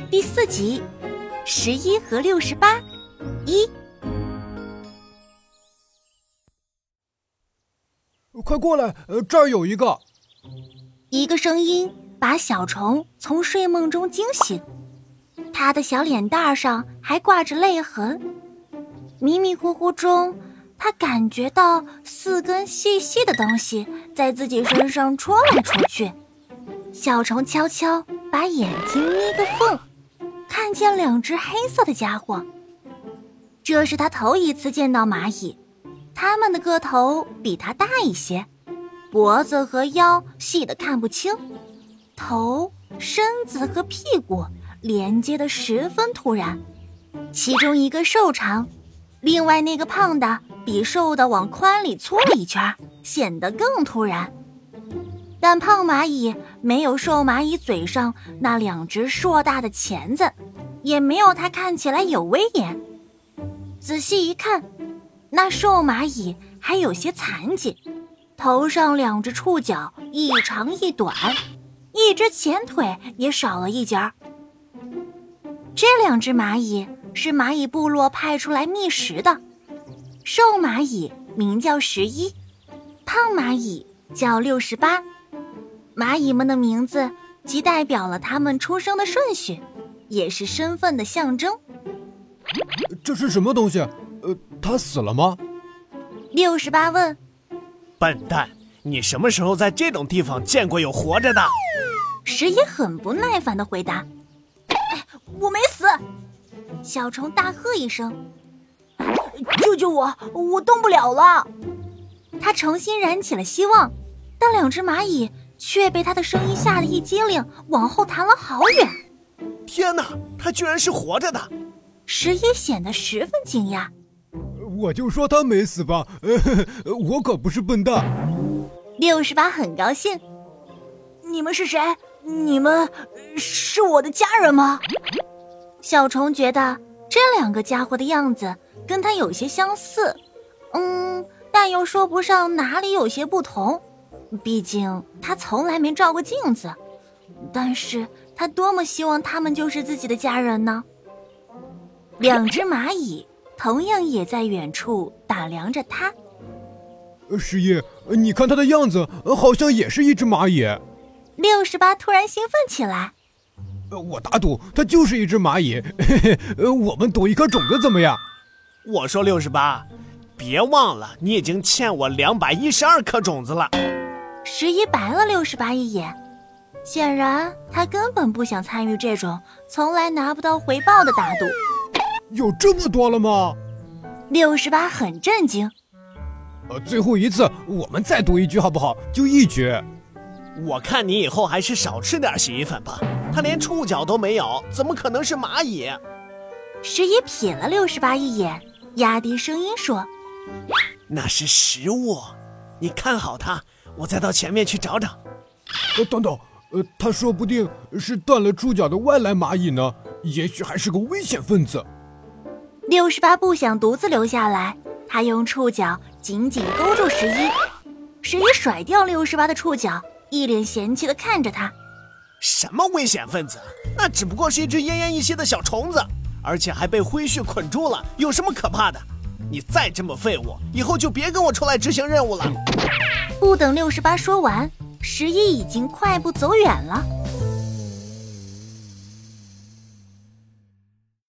第4集，11和68， 快过来，这儿有一个。 一个声音把小虫从睡梦中惊醒，他的小脸蛋上还挂着泪痕。迷迷糊糊中，他感觉到4根细细的东西在自己身上戳来戳去。小虫悄悄把眼睛眯个缝，看见2只黑色的家伙。这是他头一次见到蚂蚁，它们的个头比他大一些，脖子和腰细得看不清，头、身子和屁股连接得十分突然。其中一个瘦长，另外那个胖的比瘦的往宽里粗了一圈，显得更突然。但胖蚂蚁没有瘦蚂蚁嘴上那2只硕大的钳子，也没有它看起来有威严。仔细一看，那瘦蚂蚁还有些残疾，头上2只触角一长一短，一只前腿也少了一截。这2只蚂蚁是蚂蚁部落派出来觅食的，瘦蚂蚁名叫11，胖蚂蚁叫68。蚂蚁们的名字既代表了它们出生的顺序，也是身份的象征。 这是什么东西？它死了吗 ？68问。 笨蛋，你什么时候在这种地方见过有活着的 ？11很不耐烦地回答：我没死。小虫大喝一声：救救我，我动不了了。他重新燃起了希望，但2只蚂蚁却被他的声音吓得一激灵，往后弹了好远。 天哪，他居然是活着的 ！11显得十分惊讶。 我就说他没死吧，我可不是笨蛋。 68很高兴。你们是谁？你们是我的家人吗？小虫觉得这2个家伙的样子跟他有些相似，但又说不上哪里有些不同。毕竟他从来没照过镜子，但是他多么希望他们就是自己的家人呢。2只蚂蚁同样也在远处打量着他。 11，你看他的样子，好像也是一只蚂蚁。 68突然兴奋起来。 我打赌他就是一只蚂蚁，我们赌一颗种子怎么样？ 我说68，别忘了你已经欠我212颗种子了。 11白了68一眼，显然他根本不想参与这种从来拿不到回报的打赌。 有这么多了吗 ？68很震惊。 最后一次我们再赌一局好不好？就1局。 我看你以后还是少吃点洗衣粉吧，它连触角都没有，怎么可能是蚂蚁 ？11瞥了68一眼，压低声音说： 那是食物，你看好它，我再到前面去找找。 等等，他说不定是断了触角的外来蚂蚁呢，也许还是个危险分子。 68不想独自留下来，他用触角紧紧勾住11甩掉68的触角，一脸嫌弃地看着他。 什么危险分子？那只不过是一只奄奄一息的小虫子，而且还被灰絮捆住了，有什么可怕的？你再这么废物，以后就别跟我出来执行任务了。 不等68说完，11已经快步走远了。